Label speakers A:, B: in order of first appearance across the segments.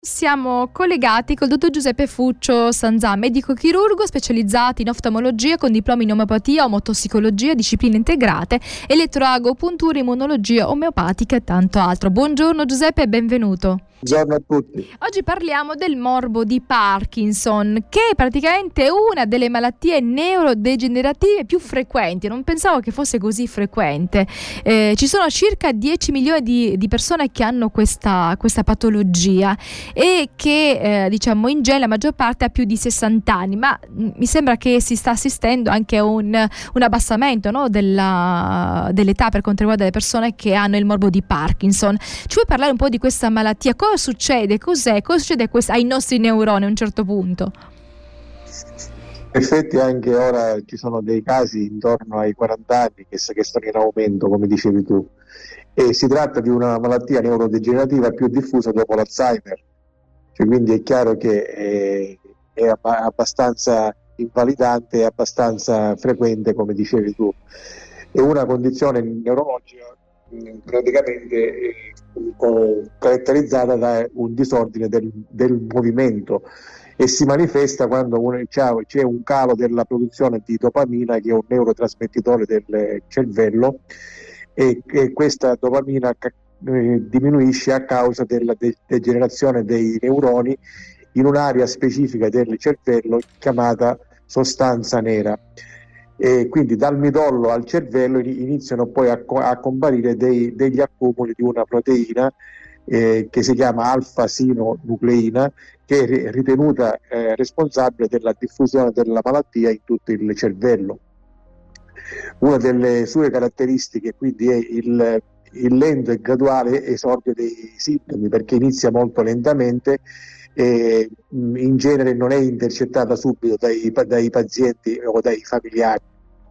A: Siamo collegati col dottor Giuseppe Fuccio Sanzà, medico chirurgo specializzato in oftalmologia con diplomi in omeopatia, omotossicologia, discipline integrate, elettroagopuntura, immunologia omeopatica e tanto altro. Buongiorno Giuseppe e benvenuto.
B: Buongiorno a tutti.
A: Oggi parliamo del morbo di Parkinson, che è praticamente una delle malattie neurodegenerative più frequenti. Non pensavo che fosse così frequente. Ci sono circa 10 milioni di persone che hanno questa patologia e che in genere la maggior parte ha più di 60 anni, ma mi sembra che si sta assistendo anche a un abbassamento, no, dell'età per quanto riguarda le persone che hanno il morbo di Parkinson. Ci vuoi parlare un po' di questa malattia? Cosa succede? Cosa succede ai nostri neuroni a un certo punto?
B: In effetti anche ora ci sono dei casi intorno ai 40 anni che sono in aumento, come dicevi tu, e si tratta di una malattia neurodegenerativa più diffusa dopo l'Alzheimer, quindi è chiaro che è abbastanza invalidante e abbastanza frequente, come dicevi tu. È una condizione neurologica praticamente caratterizzata da un disordine del movimento e si manifesta quando c'è un calo della produzione di dopamina, che è un neurotrasmettitore del cervello, e questa dopamina diminuisce a causa della degenerazione dei neuroni in un'area specifica del cervello chiamata sostanza nera. E quindi dal midollo al cervello iniziano poi a comparire degli accumuli di una proteina che si chiama alfa-sinonucleina, che è ritenuta responsabile della diffusione della malattia in tutto il cervello. Una delle sue caratteristiche quindi è il lento e graduale esordio dei sintomi, perché inizia molto lentamente e in genere non è intercettata subito dai pazienti o dai familiari.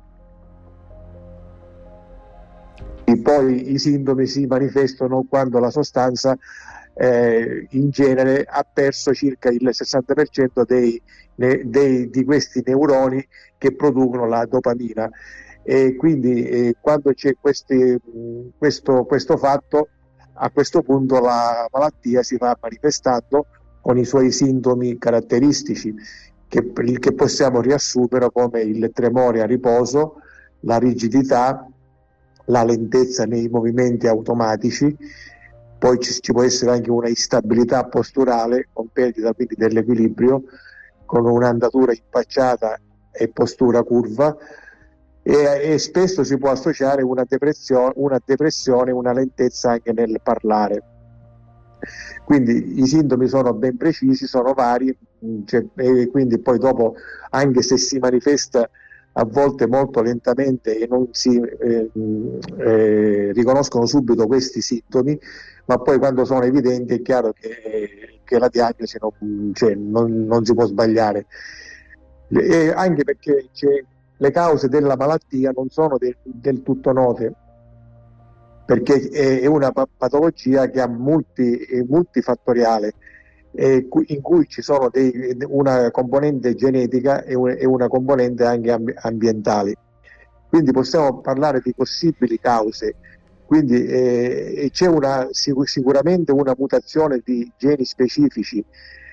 B: E poi i sintomi si manifestano quando la sostanza in genere ha perso circa il 60% di questi neuroni che producono la dopamina, e quindi quando c'è questo fatto, a questo punto la malattia si va manifestando con i suoi sintomi caratteristici che possiamo riassumere come il tremore a riposo, la rigidità, la lentezza nei movimenti automatici. Poi ci può essere anche una instabilità posturale con perdita quindi dell'equilibrio, con un'andatura impacciata e postura curva, e spesso si può associare una depressione, una lentezza anche nel parlare. Quindi i sintomi sono ben precisi, sono vari, e quindi poi dopo, anche se si manifesta a volte molto lentamente e non si riconoscono subito questi sintomi, ma poi quando sono evidenti è chiaro che la diagnosi non si può sbagliare, anche perché le cause della malattia non sono del tutto note, perché è una patologia che ha multifattoriale, in cui ci sono una componente genetica e una componente anche ambientale. Quindi possiamo parlare di possibili cause. Quindi c'è sicuramente una mutazione di geni specifici.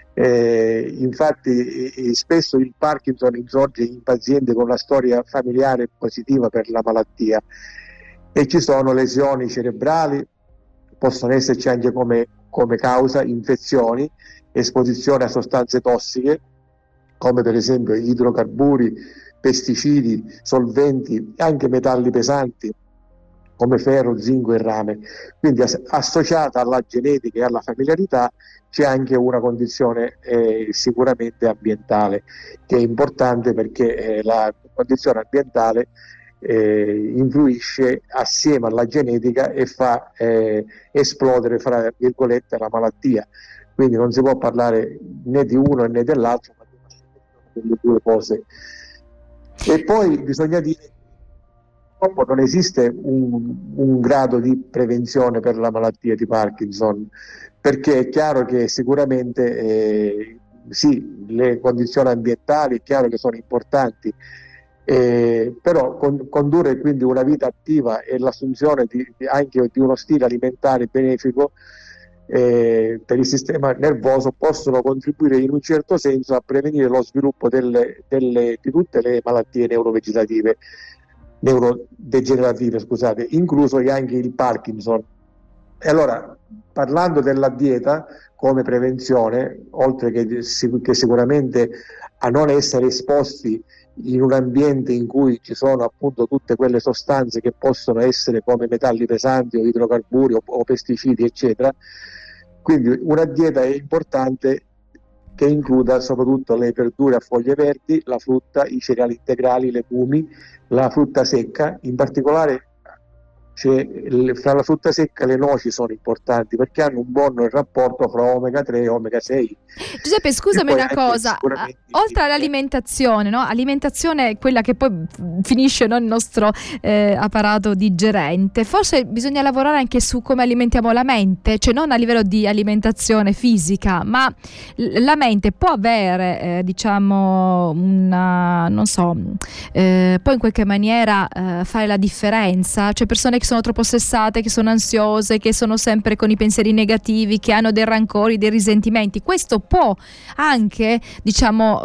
B: Infatti spesso il Parkinson insorge in pazienti con una storia familiare positiva per la malattia, e ci sono lesioni cerebrali, possono esserci anche come causa infezioni, esposizione a sostanze tossiche come per esempio idrocarburi, pesticidi, solventi e anche metalli pesanti come ferro, zinco e rame. Quindi associata alla genetica e alla familiarità c'è anche una condizione sicuramente ambientale, che è importante, perché la condizione ambientale influisce assieme alla genetica e fa esplodere, fra virgolette, la malattia. Quindi non si può parlare né di uno né dell'altro, ma delle due cose. E poi bisogna dire che purtroppo non esiste un grado di prevenzione per la malattia di Parkinson, perché è chiaro che sicuramente sì, le condizioni ambientali è chiaro che sono importanti, però condurre quindi una vita attiva e l'assunzione anche di uno stile alimentare benefico per il sistema nervoso possono contribuire in un certo senso a prevenire lo sviluppo di tutte le malattie neurodegenerative, scusate, incluso anche il Parkinson. E allora, parlando della dieta come prevenzione, oltre che sicuramente a non essere esposti in un ambiente in cui ci sono appunto tutte quelle sostanze che possono essere come metalli pesanti o idrocarburi o pesticidi, eccetera. Quindi una dieta è importante che includa soprattutto le verdure a foglie verdi, la frutta, i cereali integrali, i legumi, la frutta secca. In particolare fra la frutta secca le noci sono importanti perché hanno un buon rapporto fra omega 3 e omega 6.
A: Giuseppe, scusami una cosa, oltre all'alimentazione, no? Alimentazione è quella che poi finisce, no, il nostro apparato digerente, forse bisogna lavorare anche su come alimentiamo la mente, cioè non a livello di alimentazione fisica, ma la mente può avere diciamo una, non so, poi in qualche maniera fare la differenza, cioè persone che sono troppo stressate, che sono ansiose, che sono sempre con i pensieri negativi, che hanno dei rancori, dei risentimenti, questo può anche diciamo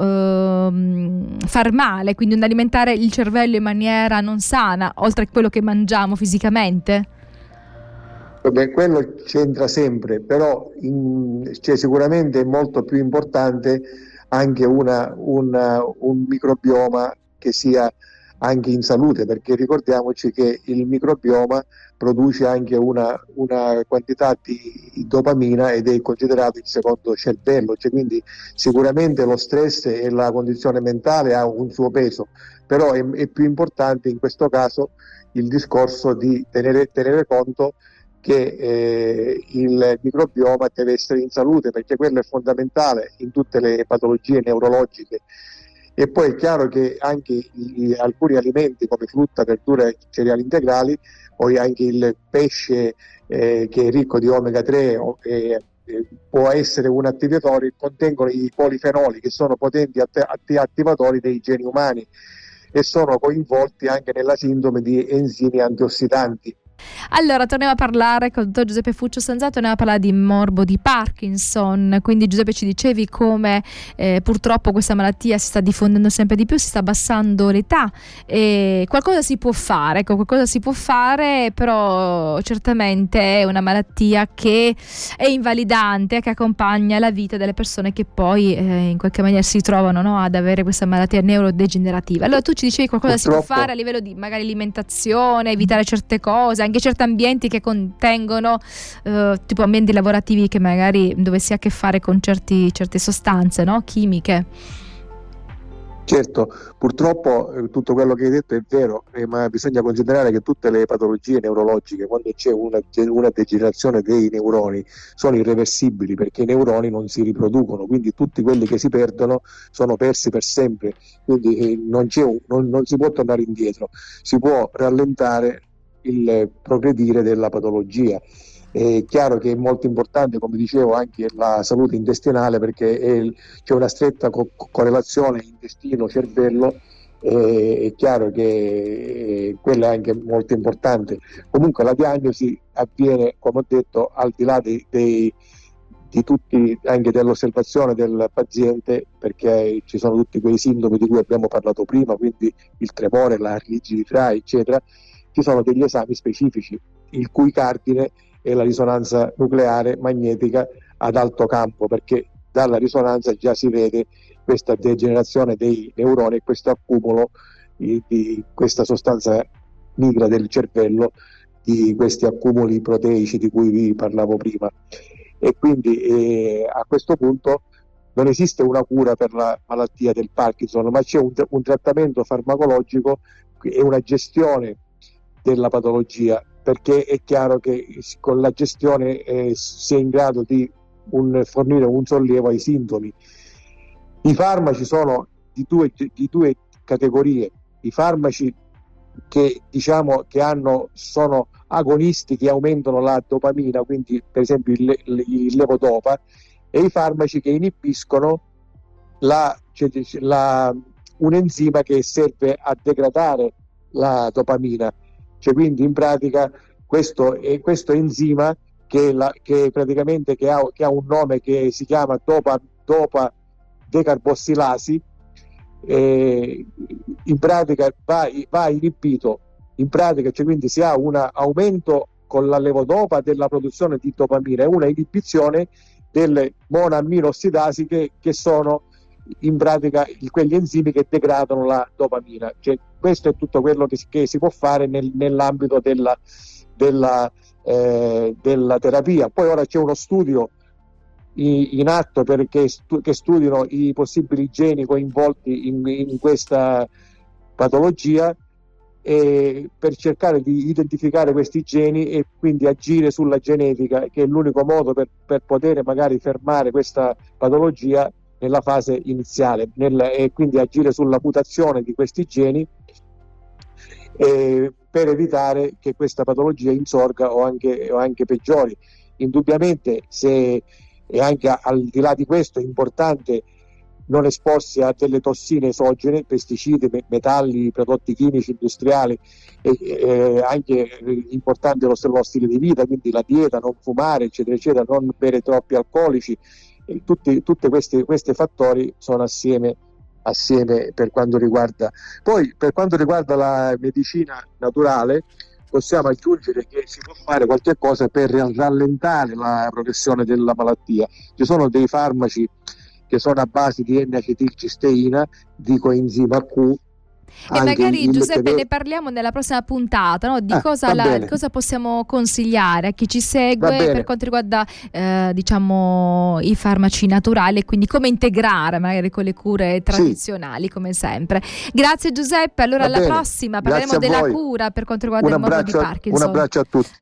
A: far male, quindi un alimentare il cervello in maniera non sana, oltre a quello che mangiamo fisicamente.
B: Beh, quello c'entra sempre, però sicuramente è molto più importante anche un microbioma che sia anche in salute, perché ricordiamoci che il microbioma produce anche una quantità di dopamina ed è considerato il secondo cervello, cioè quindi sicuramente lo stress e la condizione mentale ha un suo peso, però è più importante in questo caso il discorso di tenere conto che il microbioma deve essere in salute, perché quello è fondamentale in tutte le patologie neurologiche. E poi è chiaro che anche alcuni alimenti come frutta, verdura e cereali integrali, poi anche il pesce che è ricco di omega 3 può essere un attivatore, contengono i polifenoli che sono potenti attivatori dei geni umani e sono coinvolti anche nella sindrome di enzimi antiossidanti.
A: Allora, torniamo a parlare con il dottor Giuseppe Fuccio Sanzato, torniamo a parlare di morbo di Parkinson. Quindi Giuseppe, ci dicevi come purtroppo questa malattia si sta diffondendo sempre di più, si sta abbassando l'età, e qualcosa si può fare, ecco, qualcosa si può fare, però certamente è una malattia che è invalidante, che accompagna la vita delle persone che poi in qualche maniera si trovano, no, ad avere questa malattia neurodegenerativa. Allora tu ci dicevi qualcosa si può fare a livello di magari alimentazione, evitare certe cose, anche certi ambienti che contengono tipo ambienti lavorativi che magari dove si ha a che fare con certe sostanze, no? Chimiche.
B: Certo, purtroppo tutto quello che hai detto è vero, ma bisogna considerare che tutte le patologie neurologiche, quando c'è una degenerazione dei neuroni, sono irreversibili, perché i neuroni non si riproducono, quindi tutti quelli che si perdono sono persi per sempre, quindi non si può tornare indietro, si può rallentare il progredire della patologia. È chiaro che è molto importante, come dicevo, anche la salute intestinale, perché c'è una stretta correlazione intestino-cervello, è chiaro che quella è anche molto importante. Comunque la diagnosi avviene, come ho detto, al di là di tutti, anche dell'osservazione del paziente, perché ci sono tutti quei sintomi di cui abbiamo parlato prima, quindi il tremore, la rigidità, eccetera. Ci sono degli esami specifici, il cui cardine è la risonanza nucleare magnetica ad alto campo, perché dalla risonanza già si vede questa degenerazione dei neuroni e questo accumulo di questa sostanza nigra del cervello, di questi accumuli proteici di cui vi parlavo prima. E quindi a questo punto non esiste una cura per la malattia del Parkinson, ma c'è un trattamento farmacologico e una gestione della patologia, perché è chiaro che con la gestione si è in grado di fornire un sollievo ai sintomi. I farmaci sono di due categorie: i farmaci che diciamo che sono agonisti, che aumentano la dopamina, quindi per esempio il levodopa, e i farmaci che inibiscono un enzima che serve a degradare la dopamina. Cioè, quindi in pratica questo enzima che praticamente che ha un nome che si chiama dopa decarbossilasi, in pratica va inibito, in pratica, cioè, quindi si ha un aumento con la levodopa della produzione di dopamina e una inibizione delle monoaminoossidasi che sono in pratica quegli enzimi che degradano la dopamina. Cioè, questo è tutto quello che si può fare nell'ambito della terapia. Poi ora c'è uno studio in atto che studiano i possibili geni coinvolti in questa patologia, per cercare di identificare questi geni e quindi agire sulla genetica, che è l'unico modo per poter magari fermare questa patologia nella fase iniziale, e quindi agire sulla mutazione di questi geni per evitare che questa patologia insorga o anche peggiori. Indubbiamente, e anche al di là di questo è importante non esporsi a delle tossine esogene, pesticidi, metalli, prodotti chimici industriali, e anche importante lo stile di vita, quindi la dieta, non fumare, eccetera eccetera, non bere troppi alcolici, e tutti questi fattori sono assieme per quanto riguarda. Poi, per quanto riguarda la medicina naturale, possiamo aggiungere che si può fare qualche cosa per rallentare la progressione della malattia. Ci sono dei farmaci che sono a base di N-acetilcisteina, di coenzima Q.
A: E magari, Giuseppe, ne parliamo nella prossima puntata, no? Di cosa possiamo consigliare a chi ci segue per quanto riguarda diciamo i farmaci naturali, e quindi come integrare magari con le cure tradizionali, come sempre. Grazie Giuseppe, allora alla prossima parleremo della cura per quanto riguarda il morbo di Parkinson.
B: Un abbraccio a tutti.